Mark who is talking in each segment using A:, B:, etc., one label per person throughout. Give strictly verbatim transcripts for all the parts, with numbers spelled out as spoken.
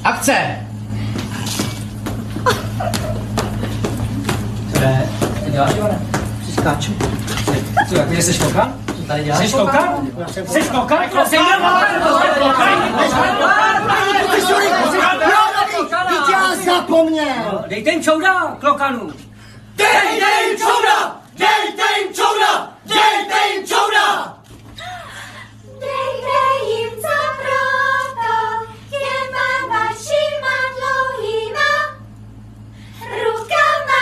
A: Akce!
B: Co jde? Co děláš, Ivane?
A: Si skáču.
B: Co, jako že jsi kokan? Co tady děláš?
A: Jsi kokan? Jsi kokan? Jsi
C: Teď já zapomněl!
B: Dejte jim čouda, klokanů!
A: Dejte jim čouda! Dejte jim čouda! Dejte jim čouda!
D: Dejte jim co proto, těma vašima dlouhýma rukama.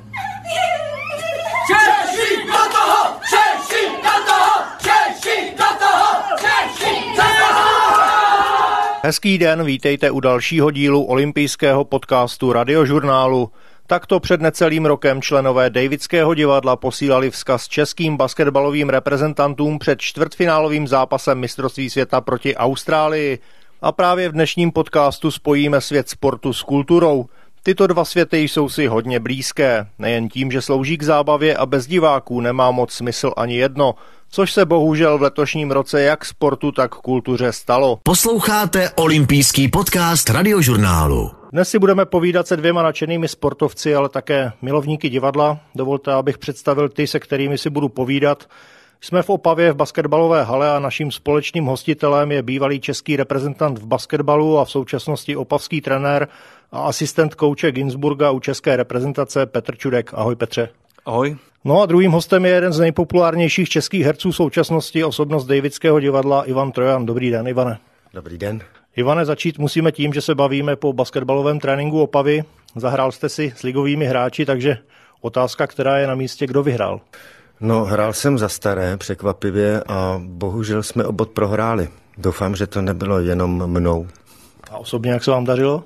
A: Češi do toho! Češi do toho! Češi do toho! Češi do toho!
E: Hezký den, vítejte u dalšího dílu olympijského podcastu Radiožurnálu. Takto před necelým rokem členové Davidského divadla posílali vzkaz českým basketbalovým reprezentantům před čtvrtfinálovým zápasem mistrovství světa proti Austrálii. A právě v dnešním podcastu spojíme svět sportu s kulturou. Tyto dva světy jsou si hodně blízké, nejen tím, že slouží k zábavě a bez diváků nemá moc smysl ani jedno, což se bohužel v letošním roce jak sportu, tak kultuře stalo.
F: Posloucháte olympijský podcast Radiožurnálu.
E: Dnes si budeme povídat se dvěma nadšenými sportovci, ale také milovníky divadla. Dovolte, abych představil ty, se kterými si budu povídat. Jsme v Opavě v basketbalové hale a naším společným hostitelem je bývalý český reprezentant v basketbalu a v současnosti opavský trenér a asistent kouče Ginsburga u české reprezentace Petr Čudek. Ahoj Petře.
G: Ahoj.
E: No a druhým hostem je jeden z nejpopulárnějších českých herců současnosti, osobnost Davidského divadla Ivan Trojan. Dobrý den, Ivane.
H: Dobrý den.
E: Ivane, začít musíme tím, že se bavíme po basketbalovém tréninku Opavy. Zahrál jste si s ligovými hráči, takže otázka, která je na místě, kdo vyhrál?
H: No, hrál jsem za Staré, překvapivě, a bohužel jsme obod prohráli. Doufám, že to nebylo jenom mnou.
E: A osobně, jak se vám dařilo?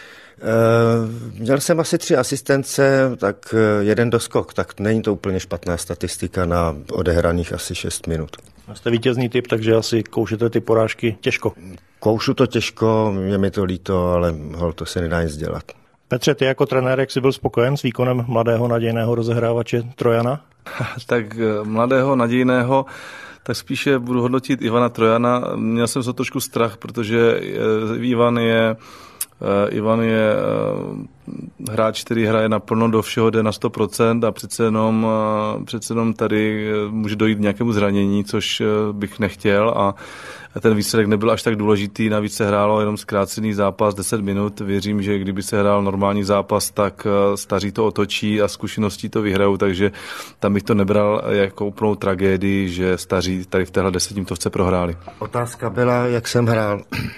H: E, měl jsem asi tři asistence, tak jeden doskok, tak není to úplně špatná statistika na odehraných asi šest minut.
E: Jste vítězný typ, takže asi koušete ty porážky těžko.
H: Koušu to těžko, je mi to líto, ale hol, to se nedá nic dělat.
E: Petře, ty jako trenér, jak jsi byl spokojen s výkonem mladého nadějného rozehrávače Trojana?
G: Tak mladého nadějného, tak spíše budu hodnotit Ivana Trojana. Měl jsem za trošku strach, protože Ivan je Ivan je hráč, který hraje naplno, do všeho jde na sto procent a přece jenom, přece jenom tady může dojít k nějakému zranění, což bych nechtěl, a ten výsledek nebyl až tak důležitý, navíc se hrálo jenom zkrácený zápas deset minut. Věřím, že kdyby se hrál normální zápas, tak staří to otočí a zkušeností to vyhrajou, takže tam bych to nebral jako úplnou tragédii, že staří tady v téhle desetimintovce prohráli.
H: Otázka byla, jak jsem hrál.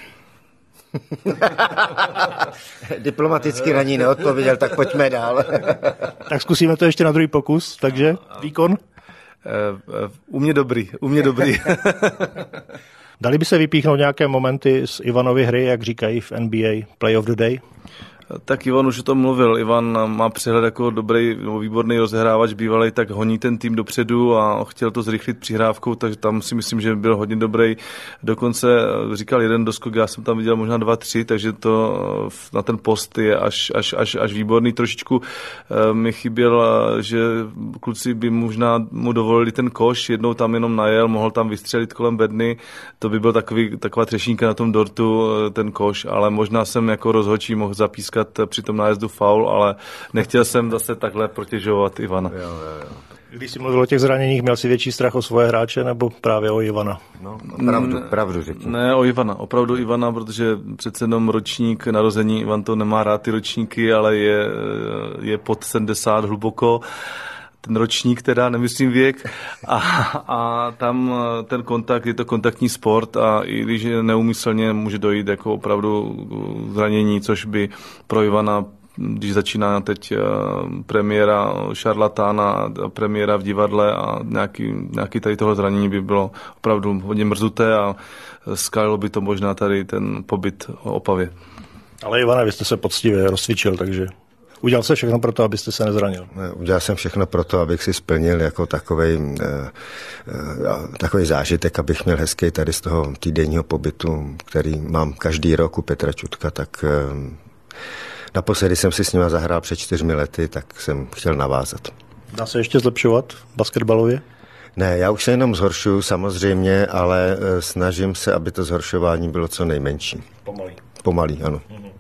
H: Diplomaticky na ní neodpověděl, tak pojďme dál.
E: Tak zkusíme to ještě na druhý pokus, takže výkon?
G: U mě dobrý, u mě dobrý.
E: Dali by se vypíchnout nějaké momenty z Ivanovy hry, jak říkají v N B A, Play of the Day?
G: Tak Ivan už o tom mluvil. Ivan má přehled jako dobrý, výborný rozehrávač, bývalý, tak honí ten tým dopředu a chtěl to zrychlit přihrávkou, takže tam si myslím, že byl hodně dobrý. Dokonce říkal jeden doskok, já jsem tam viděl možná dva, tři, takže to na ten post je až, až, až, až výborný. Trošičku mi chyběl, že kluci by možná mu dovolili ten koš, jednou tam jenom najel, mohl tam vystřelit kolem bedny, to by byl takový, taková třešínka na tom dortu, ten koš, ale možná jsem jako rozhodčí mohl zapískat při tom nájezdu faul, ale nechtěl jsem zase takhle protěžovat Ivana.
H: Jo, jo, jo.
E: Když jsi mluvil o těch zraněních, měl jsi větší strach o svoje hráče nebo právě o Ivana?
H: No, pravdu, pravdu řekni.
G: Ne, o Ivana, opravdu Ivana, protože přece jenom ročník narození, Ivan to nemá rád ty ročníky, ale je, je pod sedmdesát hluboko. Ten ročník, teda nemyslím věk, a, a tam ten kontakt, je to kontaktní sport a i když neumyslně může dojít jako opravdu zranění, což by pro Ivana, když začíná teď premiéra Šarlatána, premiéra v divadle a nějaký, nějaký tady tohle zranění by bylo opravdu hodně mrzuté a skalilo by to možná tady ten pobyt v Opavě.
E: Ale Ivane, vy jste se poctivě rozcvičil, takže udělal jste všechno pro to, abyste se nezranil?
H: Udělal jsem všechno pro to, abych si splnil jako takovej, eh, takovej zážitek, abych měl hezký tady z toho týdenního pobytu, který mám každý rok u Petra Čudka, tak eh, naposledy jsem si s nima zahrál před čtyřmi lety, tak jsem chtěl navázat.
E: Dá se ještě zlepšovat basketbalově?
H: Ne, já už se jenom zhoršuju samozřejmě, ale eh, snažím se, aby to zhoršování bylo co nejmenší.
E: Pomalý.
H: Pomalý, ano.
E: Mhm.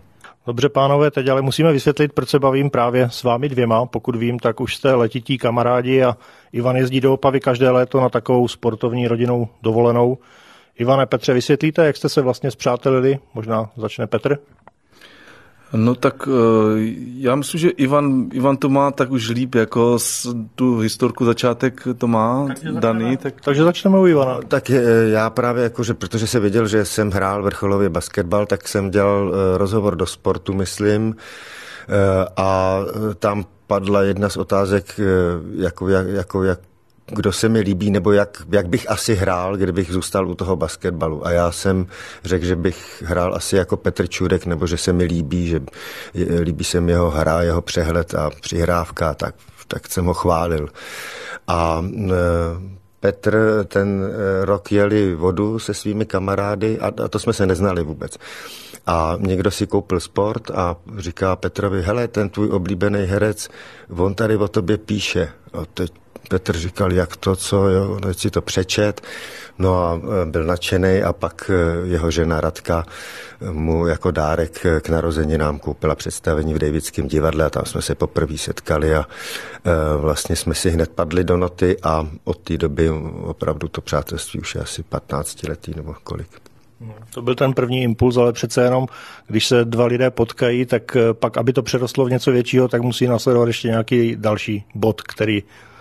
E: Dobře, pánové, teď ale musíme vysvětlit, proč se bavím právě s vámi dvěma. Pokud vím, tak už jste letití kamarádi a Ivan jezdí do Opavy každé léto na takovou sportovní rodinnou dovolenou. Ivane, Petře, vysvětlíte, jak jste se vlastně spřátelili? Možná začne Petr?
G: No tak já myslím, že Ivan, Ivan to má tak už líp, jako tu historku začátek to má daný. Tak...
E: Takže začneme u Ivana.
H: Tak já právě jakože, protože jsem věděl, že jsem hrál vrcholově basketbal, tak jsem dělal rozhovor do Sportu, myslím, a tam padla jedna z otázek, jako, jako jak kdo se mi líbí, nebo jak, jak bych asi hrál, kdybych zůstal u toho basketbalu. A já jsem řekl, že bych hrál asi jako Petr Čurek, nebo že se mi líbí, že líbí se mi jeho hra, jeho přehled a přihrávka, tak, tak jsem ho chválil. A e, Petr ten rok jeli vodu se svými kamarády a, a to jsme se neznali vůbec. A někdo si koupil Sport a říká Petrovi, hele, ten tvůj oblíbený herec, on tady o tobě píše. A teď Petr říkal, jak to, co, jo, teď si to přečet, no a byl nadšený a pak jeho žena Radka mu jako dárek k narozeninám koupila představení v Davidském divadle a tam jsme se poprvé setkali a vlastně jsme si hned padli do noty a od té doby opravdu to přátelství už je asi patnáctiletý nebo kolik.
E: To byl ten první impuls, ale přece jenom, když se dva lidé potkají, tak pak, aby to přerostlo v něco většího, tak musí následovat ještě nějaký další bod, který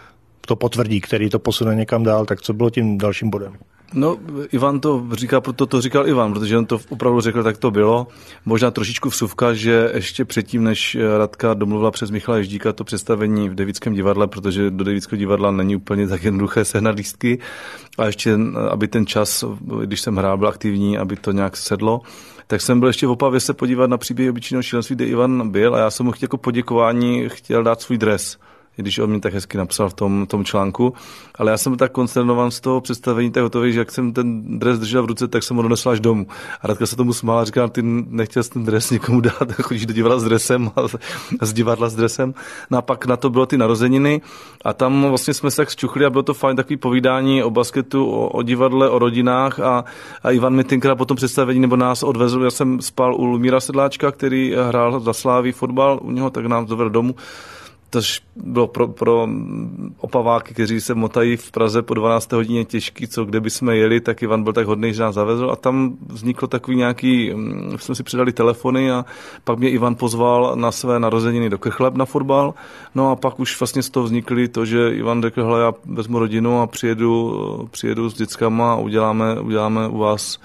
E: to potvrdí, který to posune někam dál, tak co bylo tím dalším bodem?
G: No, Ivan to říká, proto to říkal Ivan, protože on to opravdu řekl, tak to bylo. Možná trošičku vsuvka, že ještě předtím, než Radka domluvila přes Michala Ježdíka to představení v Davidském divadle, protože do Davidského divadla není úplně tak jednoduché sehnat lístky, a ještě, aby ten čas, když jsem hrál, byl aktivní, aby to nějak sedlo, tak jsem byl ještě v Opavě se podívat na příběh obyčejného šílenství, kde Ivan byl, a já jsem mu chtěl jako poděkování chtěl dát svůj dres, i když on mi tak hezky napsal v tom, tom článku, ale já jsem byl tak koncernovan z toho představení, tak hotový, že jak jsem ten dres držel v ruce, tak jsem ho donesl až domů. A Radka se tomu smála a říkala, ty nechtěl jsi ten dres někomu dát, chodíš do divadla s dresem a z divadla s dresem. No a pak na to bylo ty narozeniny a tam vlastně jsme se tak zčuchli a bylo to fajn takový povídání o basketu, o, o divadle, o rodinách a, a Ivan mi tenkrát po tom představení nebo nás odvezl. Já jsem spal u Lumíra Sedláčka, který hrál za Slávy fotbal u něho, tak nám dovedl domů. To bylo pro, pro Opaváky, kteří se motají v Praze po dvanácté hodině těžký, co kde by jsme jeli, tak Ivan byl tak hodný, že nás zavezl a tam vzniklo takový nějaký, jsme si předali telefony a pak mě Ivan pozval na své narozeniny do Krchleb na fotbal, no a pak už vlastně z toho vznikly to, že Ivan řekl, hele, já vezmu rodinu a přijedu, přijedu s dětskama a uděláme, uděláme u vás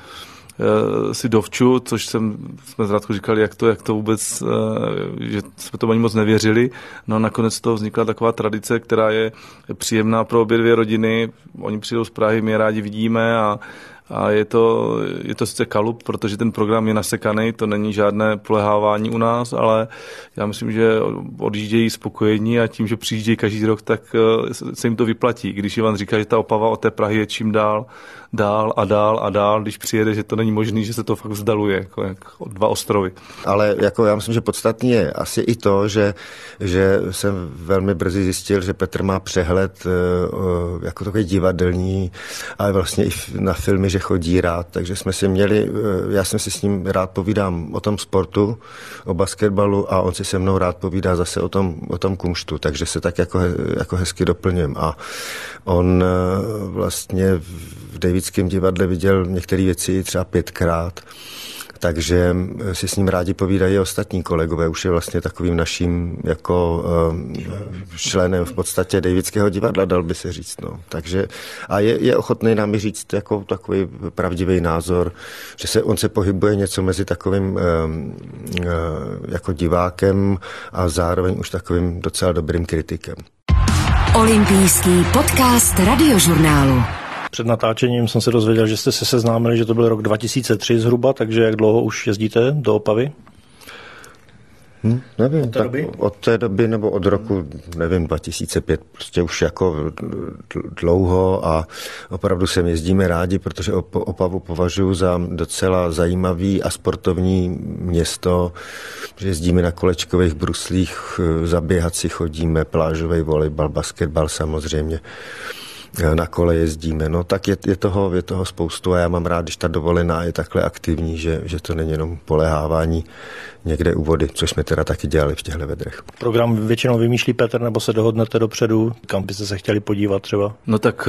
G: si dovču, což jsem, jsme z Radkou říkali, jak to, jak to vůbec, že jsme to ani moc nevěřili. No a nakonec to vznikla taková tradice, která je příjemná pro obě dvě rodiny. Oni přijdou z Prahy, my je rádi vidíme a A je to, je to sice kalup, protože ten program je nasekaný, to není žádné polehávání u nás, ale já myslím, že odjíždějí spokojení a tím, že přijíždějí každý rok, tak se jim to vyplatí. Když Ivan říká, že ta Opava od té Prahy je čím dál, dál a dál a dál, když přijede, že to není možný, že se to fakt vzdaluje, jako, jako dva ostrovy.
H: Ale jako já myslím, že podstatný je asi i to, že, že jsem velmi brzy zjistil, že Petr má přehled jako takový divadelní, ale vlastně i na filmy, že chodí rád, takže jsme si měli, já jsem si s ním rád povídám o tom sportu, o basketbalu a on si se mnou rád povídá zase o tom, o tom kumštu, takže se tak jako, jako hezky doplním. A on vlastně v Davidském divadle viděl některé věci třeba pětkrát, takže si s ním rádi povídají ostatní kolegové. Už je vlastně takovým naším jako um, členem v podstatě Davidského divadla, dal by se říct. No. Takže, a je, je ochotný nám říct jako takový pravdivý názor, že se, on se pohybuje něco mezi takovým um, uh, jako divákem a zároveň už takovým docela dobrým kritikem.
F: Olympijský podcast Radiožurnálu.
E: Před natáčením jsem se dozvěděl, že jste se seznámili, že to byl rok dva tisíce tři zhruba, takže jak dlouho už jezdíte do Opavy?
H: Hm, nevím,
E: od té,
H: tak
E: doby?
H: od té doby nebo od roku, nevím, dva tisíce pět, prostě už jako dlouho a opravdu sem jezdíme rádi, protože Opavu považuji za docela zajímavý a sportovní město, že jezdíme na kolečkových bruslích, zaběhat si chodíme, plážový volejbal, basketbal samozřejmě. na kole jezdíme. No tak je, je, toho, je toho spoustu a já mám rád, když ta dovolená je takhle aktivní, že, že to není jenom polehávání někde u vody, což jsme teda taky dělali v těchto vedrech.
E: Program většinou vymýšlí Petr, nebo se dohodnete dopředu, kam byste se chtěli podívat třeba?
G: No tak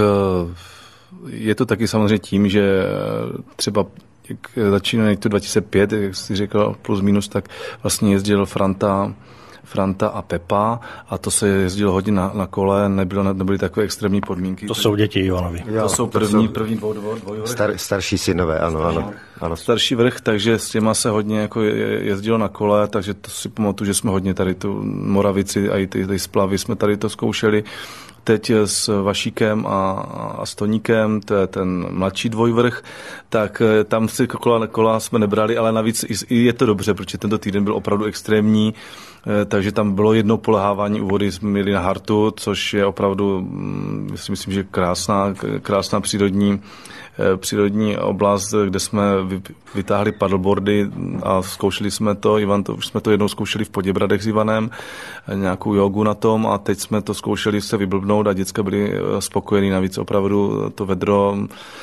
G: je to taky samozřejmě tím, že třeba jak začínají to dva tisíce pět, jak jsi říkal, plus minus, tak vlastně jezdil Franta, Franta a Pepa a to se jezdilo hodně na, na kole, nebylo, nebyly takové extrémní podmínky.
E: To jsou děti Ivanovi.
G: Jo, to jsou první, to jsou první dvou, dvou, dvou
H: star, starší synové, ano, ano, ano.
G: Starší vrch, takže s těma se hodně jako jezdilo na kole, takže to si pamatuju, že jsme hodně tady tu Moravici a i ty, ty splavy jsme tady to zkoušeli. Teď s Vašíkem a, a Stoníkem, to je ten mladší dvojvrch, tak tam si kola, kola jsme nebrali, ale navíc i, i je to dobře, protože tento týden byl opravdu extrémní, takže tam bylo jedno polehávání u vody, jsme měli na Hartu, což je opravdu, si myslím, že krásná, krásná přírodní, přírodní oblast, kde jsme vytáhli paddleboardy a zkoušeli jsme to, Ivan, to, už jsme to jednou zkoušeli v Poděbradech s Ivanem, nějakou jogu na tom a teď jsme to zkoušeli se vyblbnout a děcka byli spokojení, navíc opravdu to vedro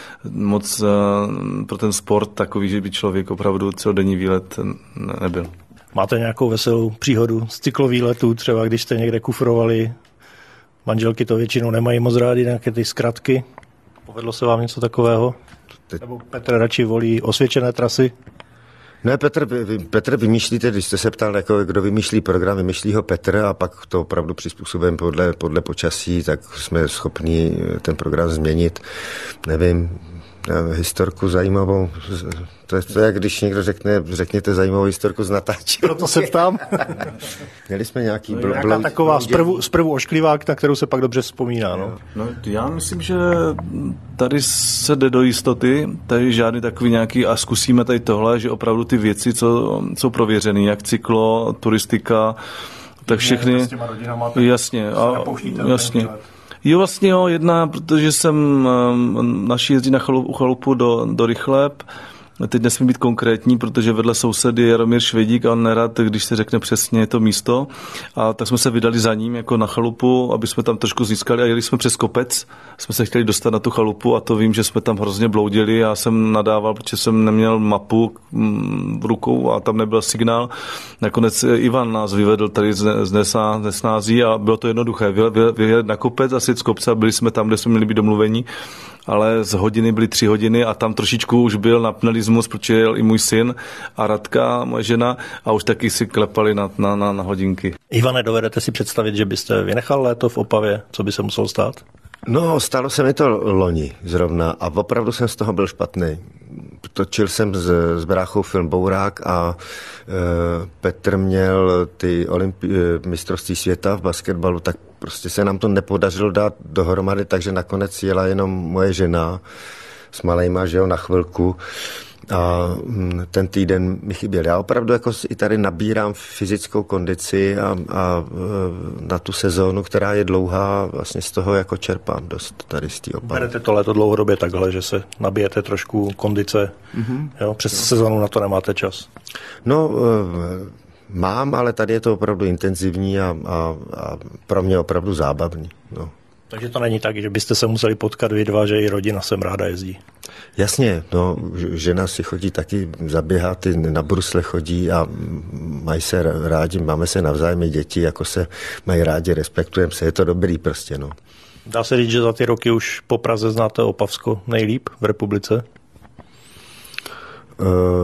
G: moc pro ten sport takový, že by člověk opravdu celodenní výlet nebyl.
E: Máte nějakou veselou příhodu z cyklovýletů, třeba když jste někde kufrovali? Manželky to většinou nemají moc rádi, nějaké ty zkratky. Povedlo se vám něco takového?
H: Teď...
E: Nebo Petr radši volí osvědčené trasy?
H: Ne, Petr, vy, Petr vymýšlíte, když jste se ptal, jako, kdo vymýšlí program, vymýšlí ho Petr a pak to opravdu přizpůsobujeme podle, podle počasí, tak jsme schopni ten program změnit. Nevím, historku zajímavou. To je to, jak když někdo řekne, řekněte zajímavou historku z natáčení.
E: Proto se ptám.
H: Měli jsme nějaký...
E: No, nějaká bloud, taková zprvu, zprvu ošklivá, na kterou se pak dobře vzpomíná. No.
G: No, já myslím, že tady se jde do jistoty, tady žádný takový nějaký a zkusíme tady tohle, že opravdu ty věci, co jsou prověřený, jak cyklo, turistika, tak všechny...
E: S těma rodinama,
G: tak jasně. A, jasně. Jo, vlastně jo, jedna, protože jsem naši jezdí na chalupu, chalupu do, do Rychleb. Teď nesmí být konkrétní, protože vedle sousedy je Jaromír Švědík a on nerad, když se řekne přesně to místo. A tak jsme se vydali za ním jako na chalupu, aby jsme tam trošku získali a jeli jsme přes kopec. Jsme se chtěli dostat na tu chalupu a to vím, že jsme tam hrozně bloudili. Já jsem nadával, protože jsem neměl mapu v rukou a tam nebyl signál. Nakonec Ivan nás vyvedl tady z Nesnází a bylo to jednoduché. Vyjet na kopec a sjet z kopce a byli jsme tam, kde jsme měli být domluvení. Ale z hodiny byly tři hodiny a tam trošičku už byl napnelismus, protože jel i můj syn a Radka, moje žena, a už taky si klepali na, na, na, na hodinky.
E: Ivane, dovedete si představit, že byste vynechal léto v Opavě? Co by se muselo stát?
H: No, stalo se mi to loni zrovna a opravdu jsem z toho byl špatný. Točil jsem s, s bráchou film Bourák a e, Petr měl ty olympi- mistrovství světa v basketbalu, tak prostě se nám to nepodařilo dát dohromady, takže nakonec jela jenom moje žena s malejma, že jo, na chvilku. A ten týden mi chyběl. Já opravdu jako i tady nabírám fyzickou kondici a, a na tu sezónu, která je dlouhá, vlastně z toho jako čerpám dost tady z té Opavy.
E: Berete to léto dlouhodobě takhle, že se nabijete trošku kondice, mm-hmm. jo, přes jo. sezónu na to nemáte čas?
H: No, mám, ale tady je to opravdu intenzivní a, a, a pro mě opravdu zábavný, no.
E: Takže to není tak, že byste se museli potkat vy dva, že i rodina sem ráda jezdí.
H: Jasně, no, žena si chodí taky zaběhat, ty na brusle chodí a mají se rádi, máme se navzájem i děti, jako se mají rádi, respektujeme se, je to dobrý prostě, no.
E: Dá se říct, že za ty roky už po Praze znáte Opavsko nejlíp v republice?
H: Uh,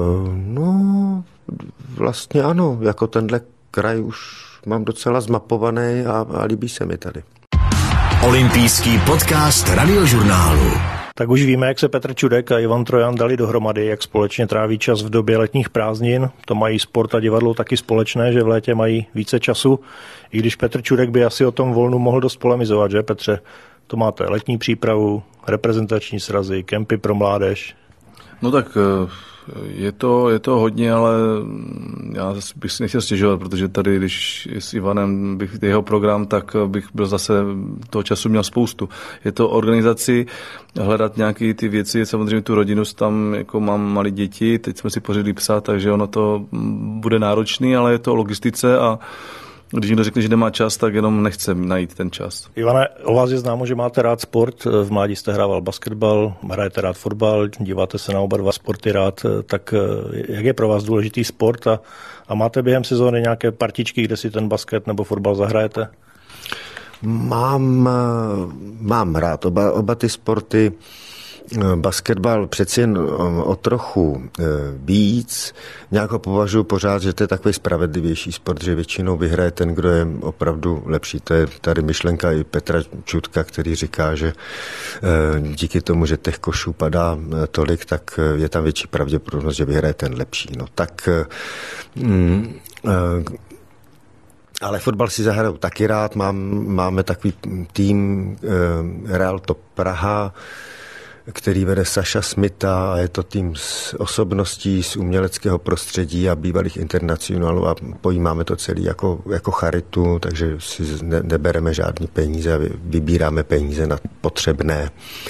H: no, vlastně ano, jako tenhle kraj už mám docela zmapovaný a, a líbí se mi tady.
F: Olympijský podcast Radiožurnálu.
E: Tak už víme, jak se Petr Čudek a Ivan Trojan dali dohromady, jak společně tráví čas v době letních prázdnin. To mají sport a divadlo taky společné, že v létě mají více času. I když Petr Čudek by asi o tom volnu mohl dost polemizovat, že Petře? To máte letní přípravu, reprezentační srazy, kempy pro mládež.
G: No tak je to, je to hodně, ale já bych si nechtěl stěžovat, protože tady, když s Ivanem bych jeho program, tak bych byl zase toho času měl spoustu. Je to organizaci, hledat nějaké ty věci, samozřejmě tu rodinu, tam jako mám malé děti, teď jsme si pořídili psa, takže ono to bude náročný, ale je to o logistice a Když někdo řekne, že nemá čas, tak jenom nechce najít ten čas.
E: Ivane, o vás je známo, že máte rád sport. V mládí jste hrával basketbal, hrajete rád fotbal, díváte se na oba dva sporty rád. Tak jak je pro vás důležitý sport a, a máte během sezóny nějaké partičky, kde si ten basket nebo fotbal zahrajete?
H: Mám, mám rád oba, oba ty sporty. Basketbal přeci jen o trochu víc. Nějak ho považuji pořád, že to je takový spravedlivější sport, že většinou vyhraje ten, kdo je opravdu lepší. To je tady myšlenka i Petra Čutka, který říká, že díky tomu, že těch košů padá tolik, tak je tam větší pravděpodobnost, že vyhraje ten lepší. No tak... Mm, ale fotbal si zahraju taky rád. Mám, máme takový tým Real Top Praha, který vede Saša Smita a je to tým s osobností z uměleckého prostředí a bývalých internacionálů a pojímáme to celý jako, jako charitu, takže si ne, nebereme žádný peníze a vybíráme peníze na potřebné.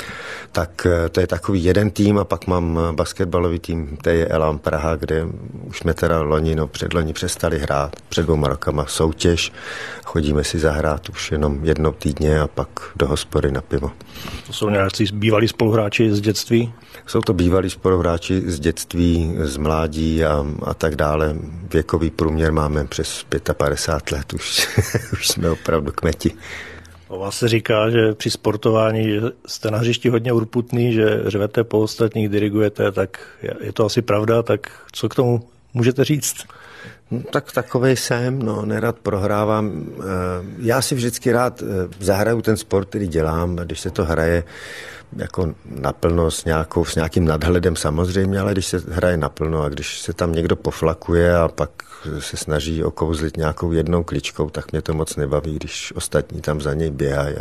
H: Tak to je takový jeden tým a pak mám basketbalový tým, to je Elan Praha, kde už jsme teda loni, no předloni přestali hrát, před dvouma rokama soutěž, chodíme si zahrát už jenom jednou týdně a pak do hospody na pivo.
E: To jsou nějaký bývalí spoluhráči z dětství?
H: Jsou to bývalí spoluhráči z dětství, z mládí a, a tak dále. Věkový průměr máme přes padesát pět let, už, už jsme opravdu kmeti.
E: O vás se říká, že při sportování že jste na hřišti hodně urputný, že řvete po ostatních, dirigujete, tak je to asi pravda, tak co k tomu můžete říct?
H: No, tak takovej jsem, no, nerad prohrávám. Já si vždycky rád zahraju ten sport, který dělám, když se to hraje jako naplno s, nějakou, s nějakým nadhledem samozřejmě, ale když se hraje naplno a když se tam někdo poflakuje a pak se snaží okouzlit nějakou jednou kličkou, tak mě to moc nebaví, když ostatní tam za něj běhají.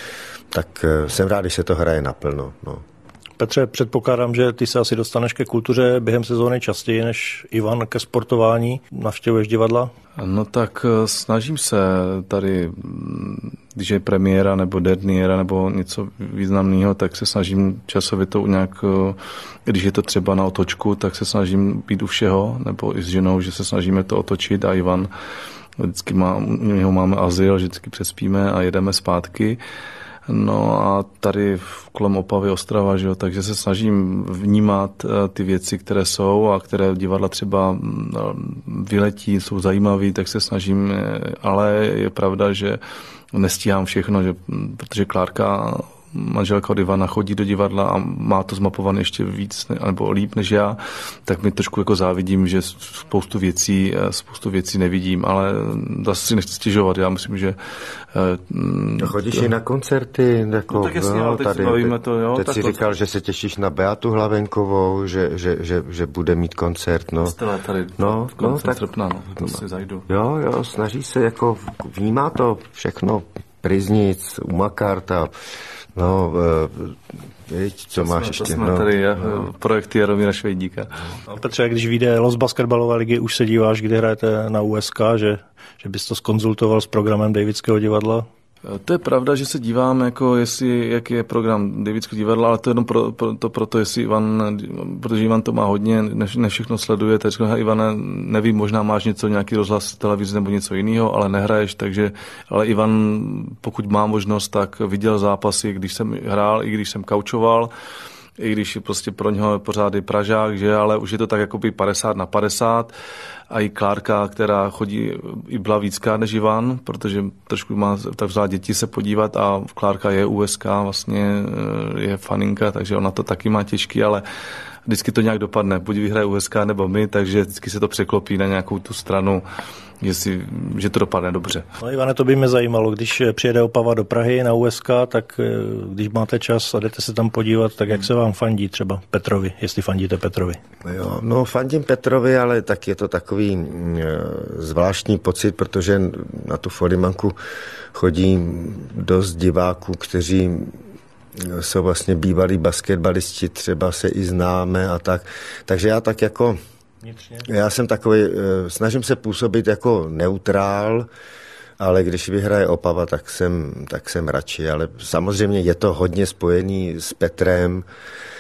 H: Tak jsem rád, když se to hraje naplno. No.
E: Petře, předpokládám, že ty se asi dostaneš ke kultuře během sezóny častěji než Ivan ke sportování. Navštěvuješ divadla?
G: No tak snažím se tady, když je premiéra nebo derniéra nebo něco významného, tak se snažím časově to nějak, když je to třeba na otočku, tak se snažím být u všeho, nebo i s ženou, že se snažíme to otočit a Ivan vždycky má, u něho máme azyl, vždycky přespíme a jedeme zpátky. No a tady kolem Opavy Ostrava, že jo, takže se snažím vnímat ty věci, které jsou a které divadla třeba vyletí, jsou zajímavé, tak se snažím, ale je pravda, že nestíhám všechno, že, protože Klárka, manželka od Ivana, chodí do divadla a má to zmapované ještě víc nebo líp než já, tak mi trošku jako závidím, že spoustu věcí, spoustu věcí nevidím, ale zase si nechci stěžovat. Já myslím, že...
H: No, chodíš to... i na koncerty, jako,
G: no, tak jasně, no, teď
H: tady,
G: bavíme to, jo.
H: Teď
G: tak
H: si
G: to...
H: říkal, že se těšíš na Beatu Hlavenkovou, že, že, že, že bude mít koncert, no.
G: Stele tady,
H: no,
G: no,
H: tak,
G: srpna, no, to si zajdu.
H: Jo, jo, snaží se, jako vnímá to všechno, Priznic, Umakarta. No, víš, co
G: to
H: máš
G: jsme,
H: ještě?
G: To jsme
H: no,
G: tady no. Projekty Jaromíra Švejdíka.
E: No, Petře, když vyjde los basketbalové ligy, už se díváš, kdy hrajete na U S K, že, že bys to zkonzultoval s programem Davidského divadla?
G: To je pravda, že se dívám, jako jestli, jak je program Davidského divadla, ale to je jenom pro, pro, to proto, jestli Ivan, protože Ivan to má hodně, ne, ne všechno sleduje, tak říkám, Ivane, nevím, možná máš něco, nějaký rozhlas televize nebo něco jiného, ale nehraješ, takže, ale Ivan, pokud má možnost, tak viděl zápasy, když jsem hrál, i když jsem kaučoval, i když prostě pro něho pořád je Pražák, že, ale už je to tak jakoby padesát na padesát. A i Klárka, která chodí, i byla vícká než Ivan, protože trošku má tak vzala děti se podívat a Klárka je U S K, vlastně je faninka, takže ona to taky má těžký, ale vždycky to nějak dopadne. Buď vyhraje U S K nebo my, takže vždycky se to překlopí na nějakou tu stranu, jestli, že to dopadne dobře.
E: No Ivane, to by mě zajímalo, když přijede Opava do Prahy na U S K, tak když máte čas a jdete se tam podívat, tak jak se vám fandí třeba Petrovi, jestli fandíte Petrovi?
H: Jo, no fandím Petrovi, ale tak je to takový e, zvláštní pocit, protože na tu Folimanku chodí dost diváků, kteří jsou vlastně bývalí basketbalisti, třeba se i známe a tak. Takže já tak jako, vnitřně. Já jsem takový, snažím se působit jako neutrál, ale když vyhraje Opava, tak jsem, tak jsem radši. Ale samozřejmě je to hodně spojený s Petrem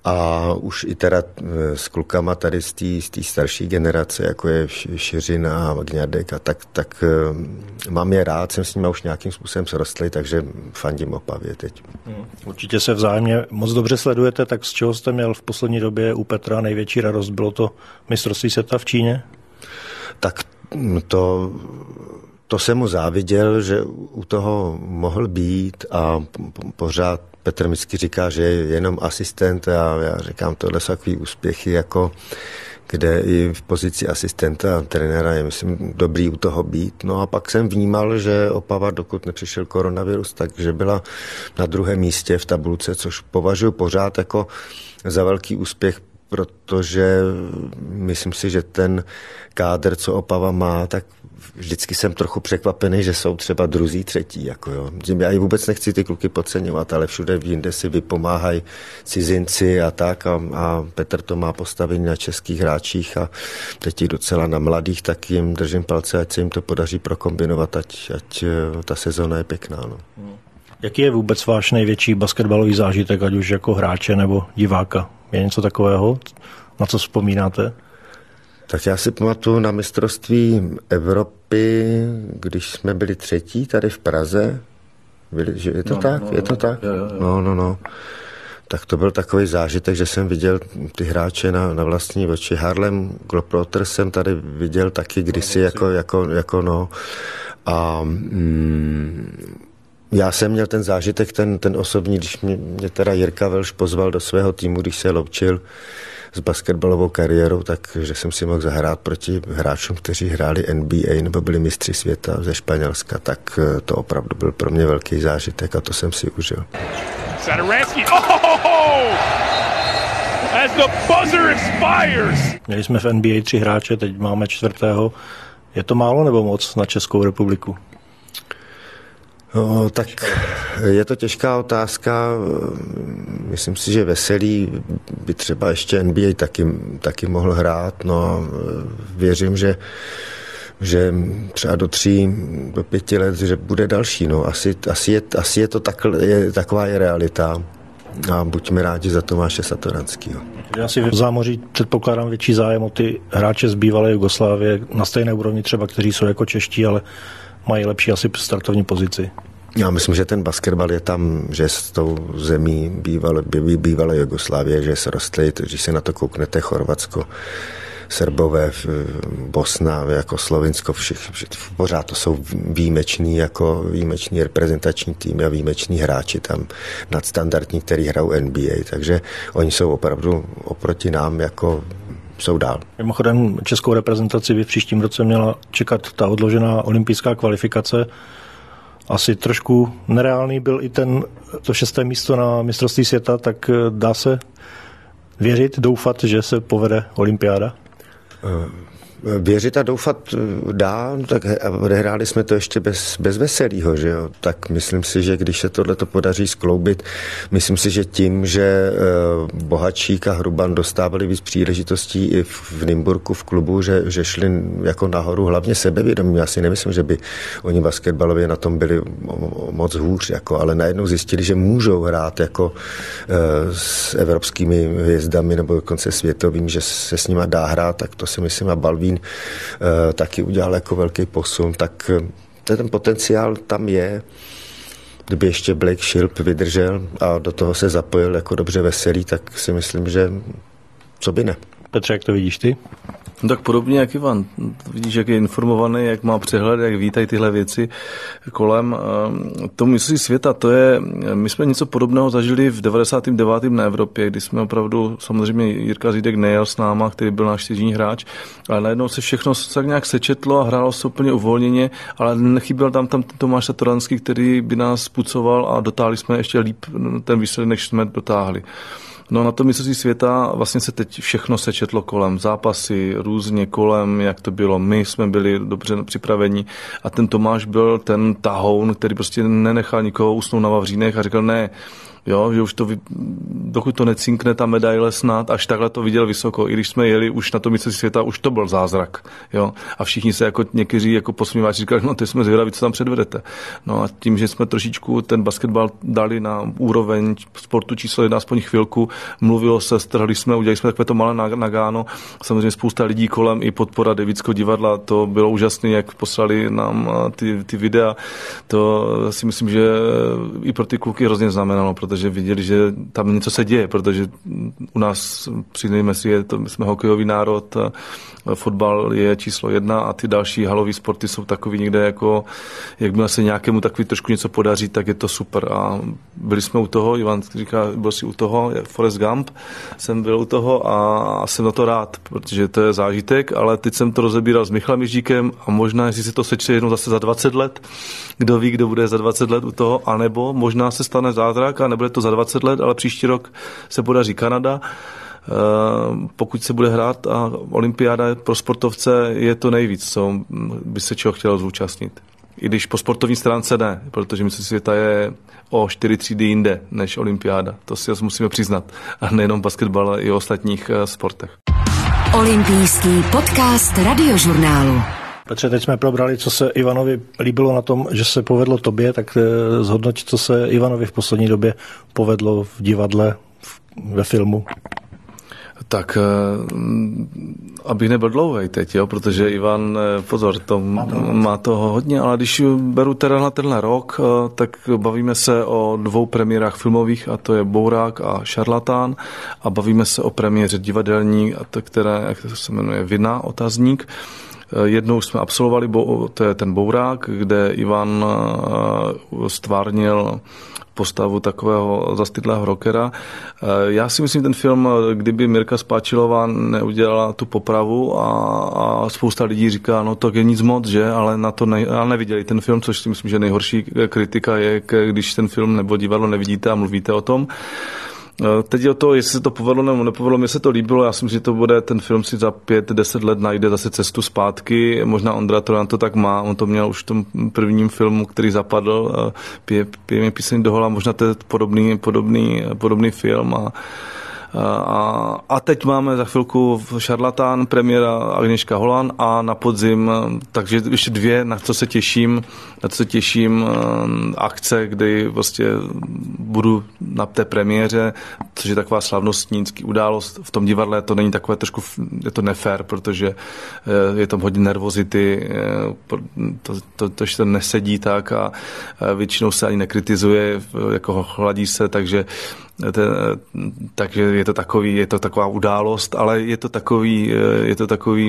H: A už i teda s klukama tady z té starší generace, jako je Šiřin a Gňadek, a tak, tak mám je rád, jsem s nimi už nějakým způsobem srostlý, takže fandím Opavě teď.
E: Určitě se vzájemně moc dobře sledujete, tak z čeho jste měl v poslední době u Petra největší radost? Bylo to mistrovství světa v Číně?
H: Tak to... To jsem mu záviděl, že u toho mohl být a pořád Petr vždycky říká, že je jenom asistent a já říkám, tohle jsou takový úspěchy, jako kde i v pozici asistenta a trenéra je, myslím, dobrý u toho být. No a pak jsem vnímal, že Opava, dokud nepřišel koronavirus, takže byla na druhém místě v tabulce, což považuji pořád jako za velký úspěch, protože myslím si, že ten kádr, co Opava má, tak vždycky jsem trochu překvapený, že jsou třeba druzí, třetí. Jako jo. Já i vůbec nechci ty kluky podceňovat, ale všude jinde si vypomáhají cizinci a tak. A, a Petr to má postavení na českých hráčích a teď i docela na mladých, tak jim držím palce, ať se jim to podaří prokombinovat, ať, ať ta sezóna je pěkná. No.
E: Jaký je vůbec váš největší basketbalový zážitek, ať už jako hráče nebo diváka? Je něco takového, na co vzpomínáte?
H: Tak já si pamatuju na mistrovství Evropy, když jsme byli třetí tady v Praze. Byli, že je to no, tak? No, je to tak? Jo, jo. No, no, no. Tak to byl takový zážitek, že jsem viděl ty hráče na, na vlastní oči. Harlem Globetrotters jsem tady viděl taky kdysi jako, jako, jako no. A mm, já jsem měl ten zážitek, ten, ten osobní, když mě, mě teda Jirka Velš pozval do svého týmu, když se loučil s basketbalovou kariérou, takže jsem si mohl zahrát proti hráčům, kteří hráli N B A nebo byli mistři světa ze Španělska, tak to opravdu byl pro mě velký zážitek a to jsem si užil.
E: As the buzzer expires. Měli jsme v N B A tři hráče, teď máme čtvrtého. Je to málo nebo moc na Českou republiku?
H: No, tak je to těžká otázka. Myslím si, že Veselý by třeba ještě N B A taky, taky mohl hrát. No, věřím, že, že třeba do tří, do pěti let, že bude další. No, asi, asi, je, asi je to tak, je, taková je realita. A buďme rádi za Tomáše Satoranského.
E: Já si v zámoří předpokládám větší zájem o ty hráče z bývalé Jugoslávie na stejné úrovni třeba, kteří jsou jako čeští, ale mají lepší asi startovní pozici.
H: Já myslím, že ten basketbal je tam, že s tou zemí bývalé, bývalé Jugoslávie, že je srostlý, když se na to kouknete, Chorvatsko, Srbové, Bosna, jako Slovinsko, všich, pořád to jsou výjimeční, jako výjimeční reprezentační tým a výjimeční hráči tam nadstandardní, který hrajou N B A, takže oni jsou opravdu oproti nám jako jsou dál.
E: Mimochodem českou reprezentaci by v příštím roce měla čekat ta odložená olympijská kvalifikace. Asi trošku nereálný byl i ten, to šesté místo na mistrovství světa, tak dá se věřit, doufat, že se povede olympiáda?
H: Věřit a doufat dá, tak odehráli jsme to ještě bez, bez Veselýho, že jo? Tak myslím si, že když se tohleto podaří skloubit, myslím si, že tím, že Bohačík a Hruban dostávali víc příležitostí i v Nymburku v klubu, že, že šli jako nahoru hlavně sebevědomí. Já si nemyslím, že by oni basketbalově na tom byli moc hůř, jako, ale najednou zjistili, že můžou hrát jako s evropskými hvězdami nebo dokonce světovým, že se s nima dá hrát, tak to si myslím a Balvín taky udělal jako velký posun, tak ten potenciál tam je. Kdyby ještě Blake Shilp vydržel a do toho se zapojil jako dobře Veselý, tak si myslím, že co by ne.
E: Petře, jak to vidíš ty?
G: No tak podobně jak Ivan. Vidíš, jak je informovaný, jak má přehled, jak vítají tyhle věci kolem. To mistrovství světa, to je, my jsme něco podobného zažili v devadesátém devátém na Evropě, kdy jsme opravdu, samozřejmě Jirka Zídek nejel s náma, který byl náš stěžní hráč, ale najednou se všechno tak nějak sečetlo a hrálo se úplně uvolněně, ale nechyběl tam, tam Tomáš Satoranský, který by nás pucoval a dotáhli jsme ještě líp ten výsledek, než jsme dotáhli. No na tom mistrovství světa vlastně se teď všechno sečetlo kolem, zápasy různě kolem, jak to bylo, my jsme byli dobře připraveni a ten Tomáš byl ten tahoun, který prostě nenechal nikoho usnout na vavřínech a říkal ne, Jo, že už to, dokud to necinkne ta medaile snad, až takhle to viděl vysoko. I když jsme jeli už na to mistrovství světa, už to byl zázrak. Jo. A všichni se jako někteří jako posmíváči říkali, no ty jsme zvědaví, co tam předvedete. No a tím, že jsme trošičku ten basketbal dali na úroveň sportu číslo jedna, aspoň chvilku, mluvilo se, strhli jsme, udělali jsme takové to malé nagáno. Samozřejmě spousta lidí kolem i podpora Davidského divadla, to bylo úžasné, jak poslali nám ty, ty videa. To si myslím, že i pro ty kluky hrozně znamenalo, protože viděli, že tam něco se děje, protože u nás, přiznejme si, je to, jsme hokejový národ, fotbal je číslo jedna a ty další halové sporty jsou takový někde jako, jakmile se nějakému takový trošku něco podaří, tak je to super. A byli jsme u toho, Ivan říká, byl jsi u toho, Forrest Gump, jsem byl u toho a jsem na to rád, protože to je zážitek, ale teď jsem to rozebíral s Michalem Jiždíkem a možná, jestli se to seče jednou zase za dvacet let, kdo ví, kdo bude za dvacet let u toho, anebo možná se stane zázrak a nebude to za dvacet let, ale příští rok se podaří Kanada. Pokud se bude hrát a olympiáda pro sportovce je to nejvíc, co by se čeho chtělo zúčastnit. I když po sportovní stránce ne, protože myslím si, že ta je o čtyři třídy jinde než olympiáda. To si musíme přiznat. A nejenom basketbal, ale i o ostatních sportech.
F: Olympijský podcast Radiožurnálu.
E: Petře, teď jsme probrali, co se Ivanovi líbilo na tom, že se povedlo tobě, tak zhodnoť, co se Ivanovi v poslední době povedlo v divadle, ve filmu.
G: Tak, aby nebyl dlouhej teď, jo, protože Ivan, pozor, to má, to má toho hodně, ale když beru teda na tenhle rok, tak bavíme se o dvou premiérách filmových, a to je Bourák a Šarlatán, a bavíme se o premiéře divadelní, které, jak to se jmenuje, Vina, otazník. Jednou jsme absolvovali, to je ten Bourák, kde Ivan stvárnil postavu takového zastydlého rockera. Já si myslím, ten film, kdyby Mirka Spáčilová neudělala tu popravu a, a spousta lidí říká, no to je nic moc, že, ale na to ne, ale neviděli ten film, což si myslím, že nejhorší kritika je, když ten film nebo divadlo nevidíte a mluvíte o tom. Teď je o to, jestli se to povedlo nebo nepovedlo, mně se to líbilo, já si myslím, že to bude, ten film si za pět, deset let najde zase cestu zpátky, možná Ondra Trojan to tak má, on to měl už v tom prvním filmu, který zapadl, pije, pije mě píseň do hola, možná to je podobný, podobný, podobný film a A, a teď máme za chvilku Šarlatán, premiéra Agněška Holland a na podzim, takže ještě dvě, na co se těším, na co se těším, akce, kdy vlastně budu na té premiéře, což je taková slavnostní událost v tom divadle, to není takové trošku, je to nefér, protože je tam hodně nervozity, to, to, to, to nesedí tak a většinou se ani nekritizuje, jako hladí se, takže takže je to takový, je to taková událost, ale je to takový, je to takový,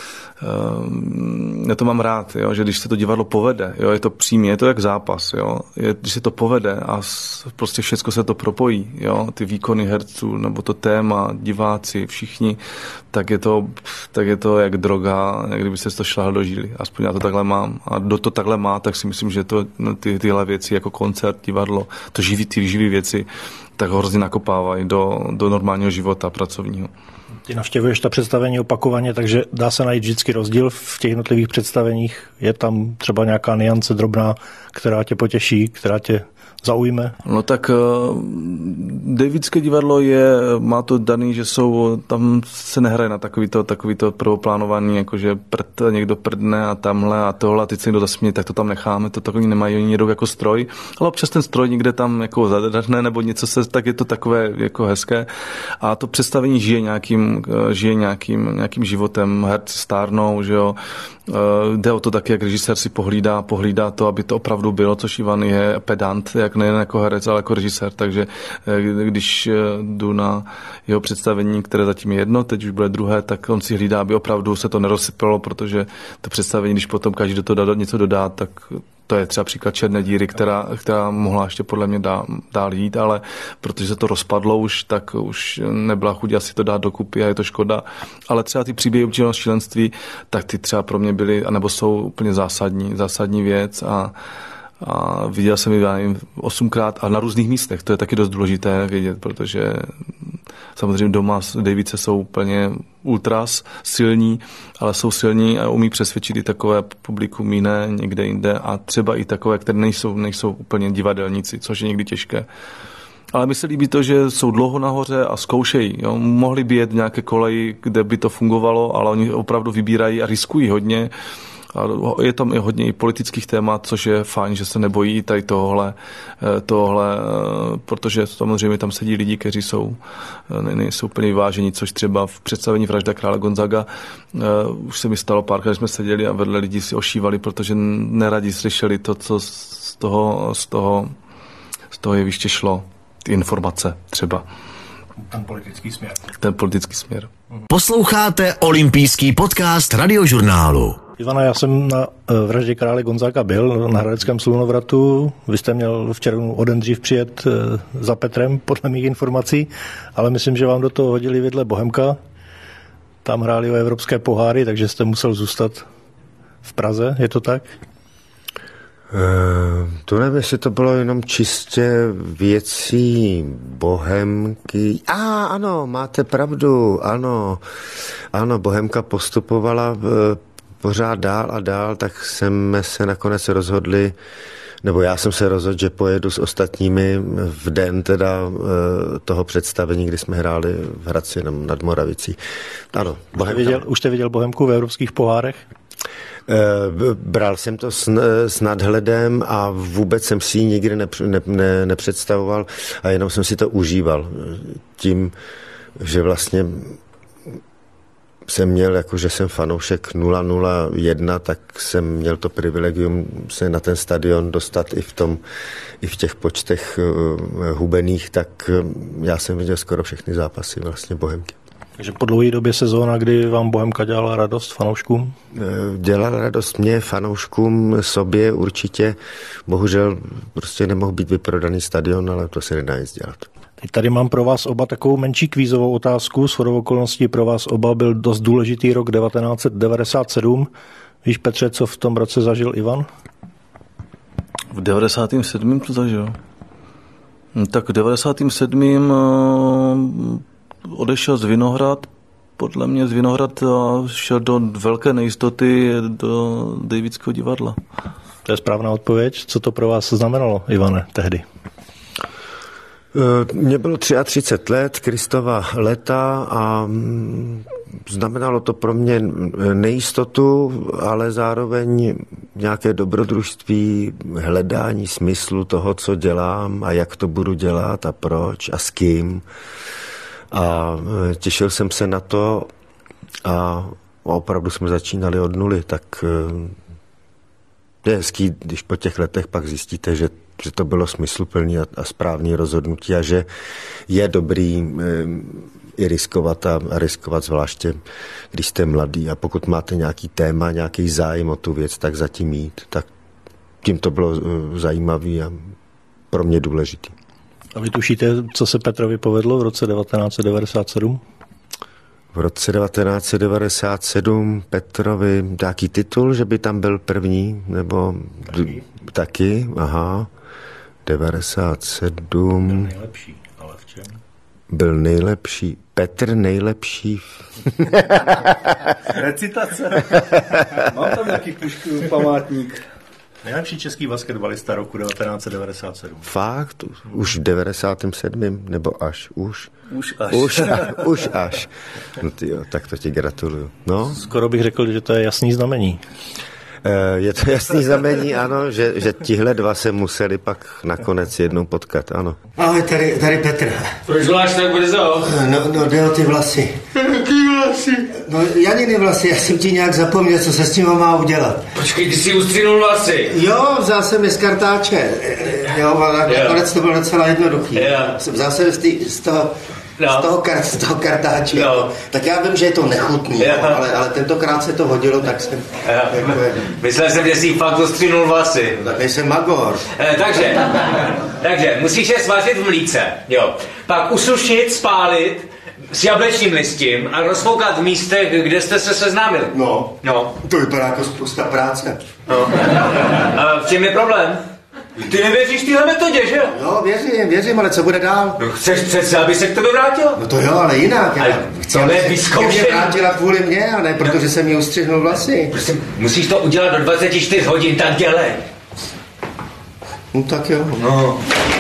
G: já to mám rád, jo, že když se to divadlo povede, jo, je to přímě, je to jak zápas, jo, je, když se to povede a prostě všechno se to propojí, jo, ty výkony herců, nebo to téma, diváci, všichni, tak je to, tak je to jak droga, jak kdyby se to šláhl do žíly, aspoň já to takhle mám a kdo to takhle má, tak si myslím, že to, no, ty, tyhle věci jako koncert, divadlo, to živí, ty živý věci, tak ho hrozně nakopávají do, do normálního života pracovního.
E: Ty navštěvuješ ta představení opakovaně, takže dá se najít vždycky rozdíl v těch jednotlivých představeních? Je tam třeba nějaká niance drobná, která tě potěší, která tě zaujme?
G: No tak uh, Davidské divadlo je, má to daný, že jsou, tam se nehraje na takovýto, takovýto prvoplánovaný, jakože prd, někdo prdne a tamhle a tohle a teď se někdo zasměje, tak to tam necháme, to takový nemají, oni jedou jako stroj, ale občas ten stroj někde tam jako zadrhne nebo něco se, tak je to takové jako hezké a to představení žije nějakým, žije nějakým, nějakým životem, herci stárnou, že jo. Jde o to taky, jak režisér si pohlídá, pohlídá to, aby to opravdu bylo, což Ivan je pedant, jak nejen jako herec, ale jako režisér, takže když jdu na jeho představení, které zatím je jedno, teď už bude druhé, tak on si hlídá, aby opravdu se to nerozsypalo, protože to představení, když potom každý do toho něco dodá, tak to je třeba příklad Černé díry, která, která mohla ještě podle mě dál, dál jít, ale protože se to rozpadlo už, tak už nebyla chuť asi to dát dokupy a je to škoda. Ale třeba ty příběhy občinného šílenství, tak ty třeba pro mě byly, anebo jsou úplně zásadní, zásadní věc a a viděl jsem ji, já nevím, osmkrát a na různých místech. To je taky dost důležité vědět, protože samozřejmě doma Davidce jsou úplně ultras silní, ale jsou silní a umí přesvědčit i takové publikum jiné někde jinde a třeba i takové, které nejsou, nejsou úplně divadelníci, což je někdy těžké. ale mi se líbí to, že jsou dlouho nahoře a zkoušejí. Jo. Mohli by jet v nějaké koleji, kde by to fungovalo, ale oni opravdu vybírají a riskují hodně. A je tam i hodně i politických témat, což je fajn, že se nebojí tady tohle, tohle, protože samozřejmě tam sedí lidi, kteří jsou, nejsou úplně vyvážení, což třeba v představení Vražda krále Gonzaga už se mi stalo párkrát, že jsme seděli a vedle lidi si ošívali, protože neradi slyšeli to, co z toho, z toho, z toho jeviště šlo. Ty informace třeba.
E: Ten politický směr.
G: Ten politický směr.
I: Posloucháte olympijský podcast Radiožurnálu.
E: Ivana, já jsem na Vraždě krále Gonzaga byl na hradeckém Slunovratu. Vy jste měl v červnu o den dřív přijet za Petrem, podle mých informací, ale myslím, že vám do toho hodili vidle Bohemka. Tam hráli o evropské poháry, takže jste musel zůstat v Praze, je to tak?
H: Uh, to nevím, jestli to bylo jenom čistě věcí Bohemky. A ah, ano, máte pravdu, ano. Ano, Bohemka postupovala uh, pořád dál a dál, tak jsme se nakonec rozhodli, nebo já jsem se rozhodl, že pojedu s ostatními v den teda uh, toho představení, kdy jsme hráli v Hradci nad Moravicí. Ano,
E: Bohemka. Už jste viděl, už jste viděl Bohemku v evropských pohárech?
H: Bral jsem to s, s nadhledem a vůbec jsem si ji nikdy ne, ne, ne, nepředstavoval a jenom jsem si to užíval. Tím, že vlastně jsem měl, jako že jsem fanoušek nula nula jedna, tak jsem měl to privilegium se na ten stadion dostat i v tom, i v těch počtech uh, hubených, tak uh, já jsem viděl skoro všechny zápasy vlastně Bohemky.
E: Takže po dlouhé době sezóna, kdy vám Bohemka dělala radost fanouškům?
H: Dělala radost mě, fanouškům, sobě určitě. Bohužel prostě nemohl být vyprodaný stadion, ale to se nedá nic dělat.
E: Teď tady mám pro vás oba takovou menší kvízovou otázku. Shodou okolností pro vás oba byl dost důležitý rok devatenáct set devadesát sedm. Víš, Petře, co v tom roce zažil Ivan?
G: V devadesátém sedmém to zažil. Tak v devadesátém sedmém odešel z Vinohrad, podle mě z Vinohrad a šel do velké nejistoty do Davidského divadla.
E: To je správná odpověď. Co to pro vás znamenalo, Ivane, tehdy?
H: Mně bylo třicet tři let, Kristova leta a znamenalo to pro mě nejistotu, ale zároveň nějaké dobrodružství, hledání smyslu toho, co dělám a jak to budu dělat a proč a s kým. A těšil jsem se na to a opravdu jsme začínali od nuly, tak je hezký, když po těch letech pak zjistíte, že, že to bylo smysluplný a, a správný rozhodnutí a že je dobrý e, i riskovat a, a riskovat zvláště, když jste mladý a pokud máte nějaký téma, nějaký zájem o tu věc, tak zatím jít. Tak tím to bylo e, zajímavý a pro mě důležitý.
E: A vy tušíte, co se Petrovi povedlo v roce devatenáct set devadesát sedm?
H: V roce devatenáct set devadesát sedm Petrovi nějaký titul, že by tam byl první, nebo taky, taky aha, devadesát sedm.
E: Byl nejlepší, ale v čem?
H: Byl nejlepší, Petr nejlepší.
E: Recitace. Mám tam nějaký pušku, památník. Nejlepší český basketbalista roku devatenáct set devadesát sedm.
H: Fakt? Už v devadesátém sedmém Nebo až? Už?
E: Už až.
H: Už, už až. No tyjo, tak to ti gratuluju. No?
E: Skoro bych řekl, že to je jasný znamení.
H: Je to jasný znamení, ano, že, že tihle dva se museli pak nakonec jednou potkat, ano.
C: Ahoj, tady, tady Petr.
A: Proč voláš tak brzo?
C: No, no, jde o ty vlasy.
A: Jaký vlasy?
C: No, Janiny vlasy, já jsem ti nějak zapomněl, co se s tím má udělat.
A: Počkej, ty jsi ustřínul vlasy.
C: Jo, vzal jsem je z kartáče. Jo, ale nakonec to bylo docela jednoduchý.
A: Jo.
C: Vzal jsem z, tý, z toho...
A: No.
C: Z, toho kar, z toho kartáče.
A: No.
C: Tak já vím, že je to nechutný,
A: Jo.
C: no, ale, ale tentokrát se to hodilo, tak jsem... Jako,
A: Myslel jsem, že jsi fakt ustřínul vlasy.
C: tak nejsem magor.
A: Eh, takže, takže musíš je svařit v mlíce, jo. Pak usušit, spálit s jablečným listím a rozfoukat v místech, kde jste se seznámili.
C: No,
A: No.
C: to vypadá jako spousta práce.
A: No. A v čem je problém? Ty nevěříš téhle metodě, že jo?
C: Jo, věřím, věřím, ale co bude dál?
A: No chceš přece, aby se k tobě vrátil?
C: No to jo, ale jinak. Já
A: Ale
C: chci,
A: to
C: aby
A: je
C: se
A: vyzkoušený.
C: ke mně vrátila kvůli mě, a ne protože jsem mi ustřihnul vlasy.
A: Prostě musíš to udělat do dvacet čtyři hodin, tak dělej.
C: No tak jo.
A: No.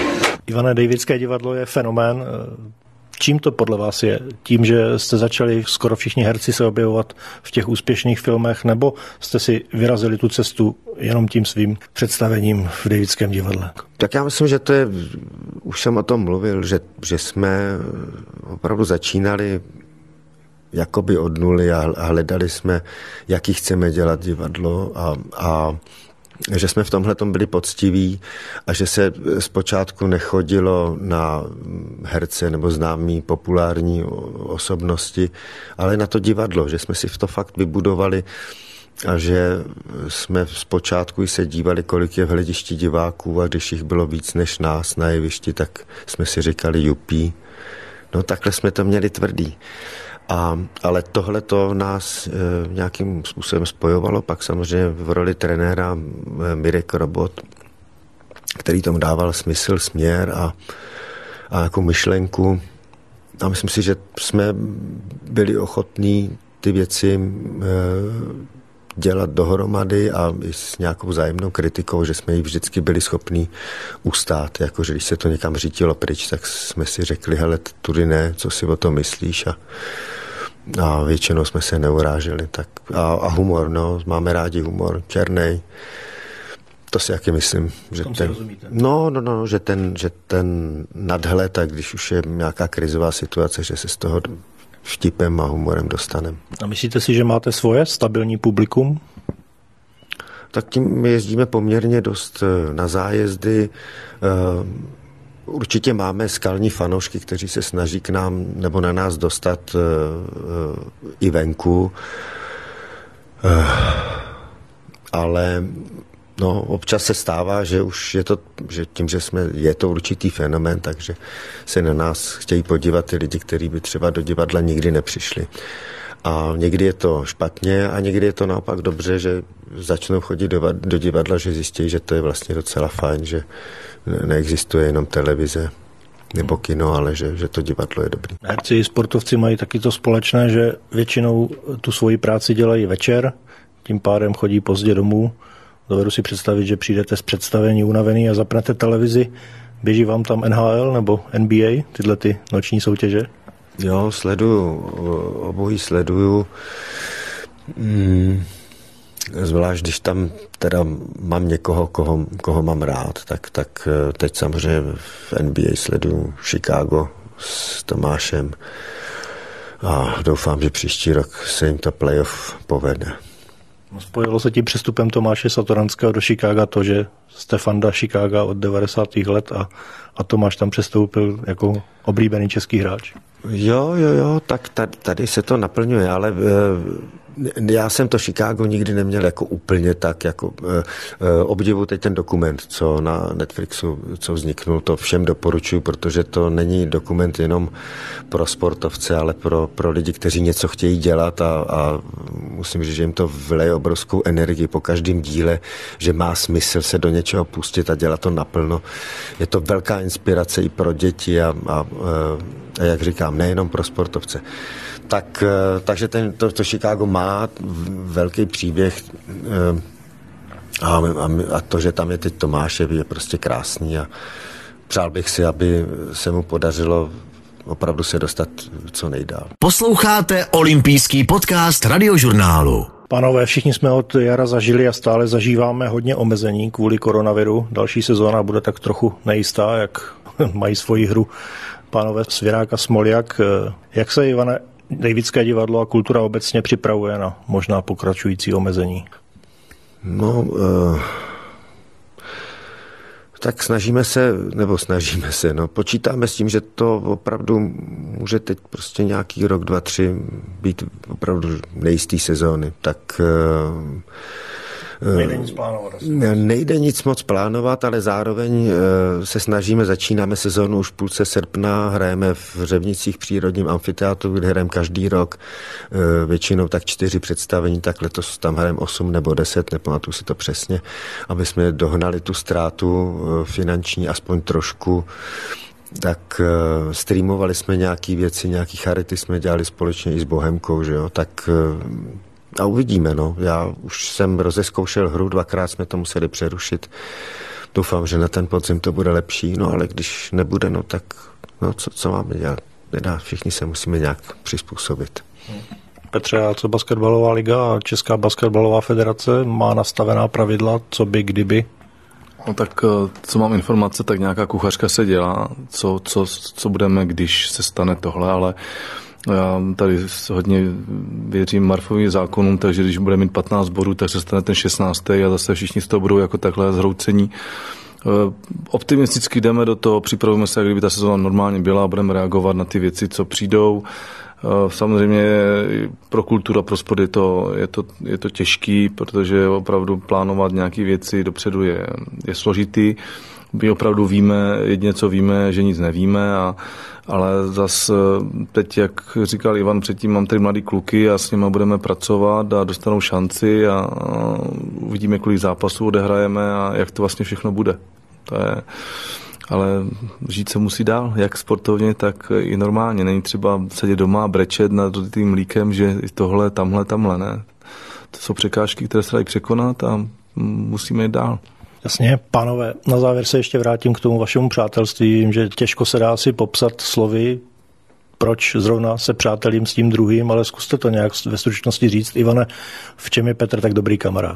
E: Ivane, Davidské divadlo je fenomén. Čím to podle vás je? Tím, že jste začali skoro všichni herci se objevovat v těch úspěšných filmech, nebo jste si vyrazili tu cestu jenom tím svým představením v Davidském divadle?
H: Tak já myslím, že to je, už jsem o tom mluvil, že, že jsme opravdu začínali jakoby od nuly a hledali jsme, jaký chceme dělat divadlo a, a že jsme v tomhle tom byli poctiví a že se zpočátku nechodilo na herce nebo známý populární osobnosti, ale na to divadlo, že jsme si v to fakt vybudovali a že jsme zpočátku se dívali, kolik je v hledišti diváků a když jich bylo víc než nás na jevišti, tak jsme si říkali jupí. No takhle jsme to měli tvrdý. A, ale tohle to nás e, nějakým způsobem spojovalo, pak samozřejmě v roli trenéra e, Mirek Robot, který tomu dával smysl, směr a, a jako myšlenku. A myslím si, že jsme byli ochotní ty věci e, dělat dohromady a i s nějakou vzájemnou kritikou, že jsme ji vždycky byli schopní ustát. Jako, že když se to někam řítilo pryč, tak jsme si řekli, hele, tudy ne, co si o tom myslíš a, a většinou jsme se neuráželi. Tak, a, a humor, no, máme rádi humor, černej. To si jaký myslím, že ten, no, no, no, že ten, že ten nadhled, tak když už je nějaká krizová situace, že se z toho vtipem a humorem dostaneme.
E: A myslíte si, že máte svoje stabilní publikum?
H: Tak tím jezdíme poměrně dost na zájezdy. Určitě máme skalní fanoušky, kteří se snaží k nám nebo na nás dostat i venku. Ale no, občas se stává, že už je to, že tím, že jsme, je to určitý fenomén, takže se na nás chtějí podívat ty lidi, kteří by třeba do divadla nikdy nepřišli. A někdy je to špatně a někdy je to naopak dobře, že začnou chodit do, do divadla, že zjistí, že to je vlastně docela fajn, že neexistuje jenom televize nebo kino, ale že, že to divadlo je dobrý.
E: Herci i sportovci mají taky to společné, že většinou tu svoji práci dělají večer, tím pádem chodí pozdě domů. Dovedu si představit, že přijdete z představení unavený a zapnete televizi. Běží vám tam N H L nebo N B A, tyhle ty noční soutěže?
H: Jo, sleduju, obojí sleduju. Hmm. Zvlášť, když tam teda mám někoho, koho, koho mám rád, tak, tak teď samozřejmě v N B A sleduju Chicago s Tomášem a doufám, že příští rok se jim to playoff povede.
E: Spojilo se tím přestupem Tomáše Satoranského do Chicaga to, že jste fanda Chicaga od devadesátých let a, a Tomáš tam přestoupil jako oblíbený český hráč.
H: Jo, jo, jo, tak tady se to naplňuje, ale já jsem to Chicago nikdy neměl jako úplně tak, jako obdivuji teď ten dokument, co na Netflixu, co vzniknul, to všem doporučuji, protože to není dokument jenom pro sportovce, ale pro, pro lidi, kteří něco chtějí dělat a, a musím říct, že jim to vleje obrovskou energii po každém díle, že má smysl se do něčeho pustit a dělat to naplno. Je to velká inspirace i pro děti a, a, a jak říkám, nejenom pro sportovce. Tak, takže ten, to, to Chicago má velký příběh a, a, a to, že tam je teď Tomášev, je prostě krásný a přál bych si, aby se mu podařilo opravdu se dostat co nejdál.
I: Posloucháte olympijský podcast Radiožurnálu.
E: Pánové, všichni jsme od jara zažili a stále zažíváme hodně omezení kvůli koronaviru. Další sezóna bude tak trochu nejistá, jak mají svoji hru pánové Svěrák a Smoljak. Jak se, Ivane, Davidské divadlo a kultura obecně připravuje na možná pokračující omezení?
H: No, uh, tak snažíme se, nebo snažíme se, no, počítáme s tím, že to opravdu může teď prostě nějaký rok, dva, tři být opravdu nejistý sezóny. Tak uh,
E: Nejde nic plánovat.
H: Nejde nic moc plánovat, ale zároveň se snažíme, začínáme sezónu už v půlce srpna, hrajeme v Řevnicích přírodním amfiteátru, kde hrajeme každý rok většinou tak čtyři představení, tak letos tam hrajeme osm nebo deset, nepamatuji si to přesně, aby jsme dohnali tu ztrátu finanční aspoň trošku. Tak uh, streamovali jsme nějaké věci, nějaké charity jsme dělali společně i s Bohemkou, že jo, tak uh, a uvidíme, no. Já už jsem rozeskoušel hru, dvakrát jsme to museli přerušit, doufám, že na ten podzim to bude lepší, no ale když nebude, no tak no, co, co máme dělat? Nedá, všichni se musíme nějak přizpůsobit.
E: Petře, a co basketbalová liga a Česká basketbalová federace má nastavená pravidla, co by kdyby?
G: No tak co mám informace, tak nějaká kuchařka se dělá, co, co, co budeme, když se stane tohle, ale já tady hodně věřím Murphyovým zákonům, takže když bude mít patnáct bodů, tak se stane ten šestnáctý a zase všichni z toho budou jako takhle zhroucení. Optimisticky jdeme do toho, připravujeme se, jak kdyby ta sezóna normálně byla a budeme reagovat na ty věci, co přijdou. Samozřejmě pro kulturu a pro sport je to, je to, je to těžký, protože opravdu plánovat nějaké věci dopředu je, je složitý. My opravdu víme, jedině co víme, že nic nevíme, a, ale zas teď, jak říkal Ivan předtím, mám tady mladý kluky a s nimi budeme pracovat a dostanou šanci a, a uvidíme, kolik zápasů odehrajeme a jak to vlastně všechno bude. To je, ale žít se musí dál, jak sportovně, tak i normálně. Není třeba sedět doma a brečet nad tím mlíkem, že tohle, tamhle, tamhle, ne. To jsou překážky, které se dají překonat a musíme jít dál.
E: Jasně, pánové, na závěr se ještě vrátím k tomu vašemu přátelství. Vím, že těžko se dá si popsat slovy, proč zrovna se přátelím s tím druhým, ale zkuste to nějak ve stručnosti říct. Ivane, v čem je Petr tak dobrý kamarád?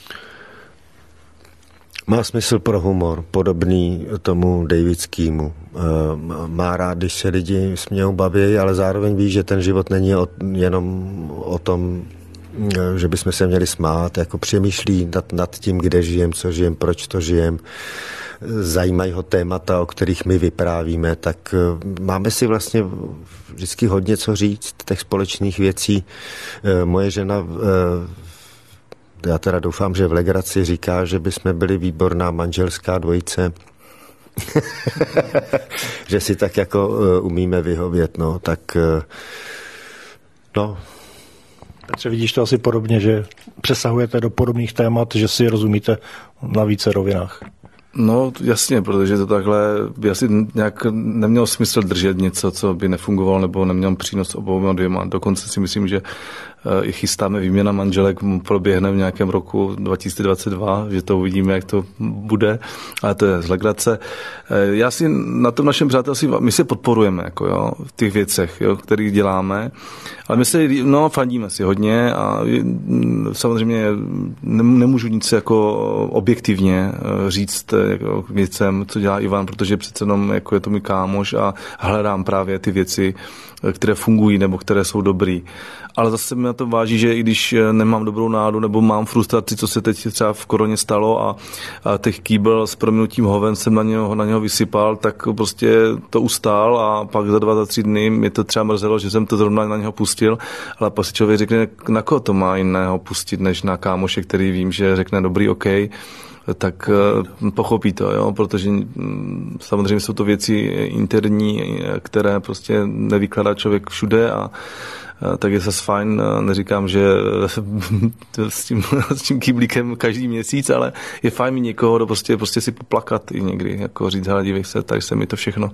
H: Má smysl pro humor, podobný tomu Davidskému. Má rád, když se lidi smějou, baví, ale zároveň ví, že ten život není jenom o tom, že bychom se měli smát, jako přemýšlí nad, nad tím, kde žijem, co žijem, proč to žijem. Zajímají ho témata, o kterých my vyprávíme, tak máme si vlastně vždycky hodně co říct, těch společných věcí. Moje žena, já teda doufám, že v legraci říká, že bychom byli výborná manželská dvojice, že si tak jako umíme vyhovět, no, tak no.
E: Petře, vidíš to asi podobně, že přesahujete do podobných témat, že si rozumíte na více rovinách.
G: No jasně, protože to takhle by asi nějak nemělo smysl držet něco, co by nefungovalo nebo neměl přínos obou dvěma. Dokonce si myslím, že i chystáme výměna manželek, proběhne v nějakém roku dva tisíce dvacet dva, že to uvidíme, jak to bude, ale to je z legrace. Já si na tom našem přátelství, my se podporujeme jako, jo, v těch věcech, jo, které děláme, ale my se, no, fandíme si hodně a samozřejmě nemůžu nic jako objektivně říct jako k věcem, co dělá Ivan, protože přece jenom jako je to můj kámoš a hledám právě ty věci, které fungují nebo které jsou dobrý. Ale zase mi na to váží, že i když nemám dobrou náladu nebo mám frustraci, co se teď třeba v koroně stalo a, a těch kýbel s prominutím hoven jsem na něho, na něho vysypal, tak prostě to ustál a pak za dva, za tři dny mi to třeba mrzelo, že jsem to zrovna na něho pustil, ale pak si člověk řekne, na koho to má jiného pustit, než na kámoše, který vím, že řekne dobrý, OK, tak pochopí to, jo, protože samozřejmě jsou to věci interní, které prostě nevykládá člověk všude a tak je zase fajn, neříkám, že s tím, s tím kýblíkem každý měsíc, ale je fajn mít někoho, kdo prostě, prostě si poplakat i někdy, jako říct, hele, dívej se, tady se mi to všechno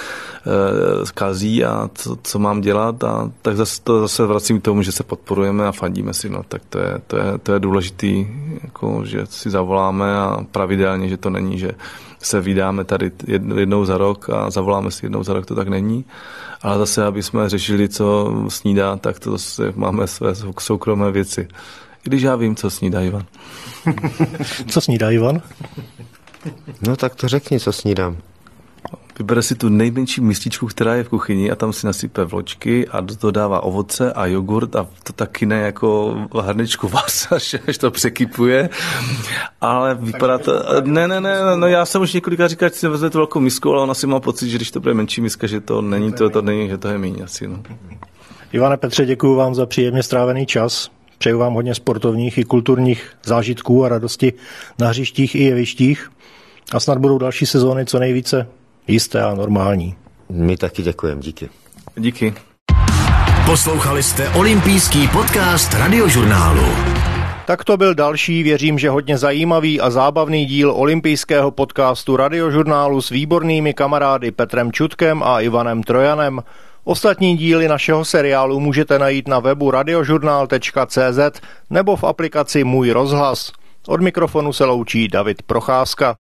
G: zkazí a co, co mám dělat, a tak zase to zase vracím k tomu, že se podporujeme a fandíme si, no, tak to je, to je, to je důležitý, jako, že si zavoláme a pravidelně, že to není, že se vydáme tady jednou za rok a zavoláme si jednou za rok, to tak není. Ale zase, aby jsme řešili, co snídá, tak to zase máme své soukromé věci. I když já vím, co snídá Ivan.
E: Co snídá Ivan?
H: No tak to řekni, co snídám.
G: Vybere si tu nejmenší mističku, která je v kuchyni, a tam si nasype vločky a do toho dává ovoce a jogurt a to taky ne jako hrnečku vás, až, až to překypuje. Ale vypadá to... Ne, ne, ne, no já jsem už několikrát říkal, že si vezme tu velkou misku, ale ona si má pocit, že když to bude menší miska, že to není to, to není, že to je míň asi. No.
E: Ivane, Petře, děkuju vám za příjemně strávený čas. Přeju vám hodně sportovních i kulturních zážitků a radosti na hřištích i jevištích. A snad budou další sezóny co nejvíce jisté a normální.
H: My taky děkujeme, díky.
G: Díky.
I: Poslouchali jste olympijský podcast Radiožurnálu.
E: Tak to byl další, věřím, že hodně zajímavý a zábavný díl olympijského podcastu Radiožurnálu s výbornými kamarády Petrem Čutkem a Ivanem Trojanem. Ostatní díly našeho seriálu můžete najít na webu radiožurnál tečka cé zet nebo v aplikaci Můj rozhlas. Od mikrofonu se loučí David Procházka.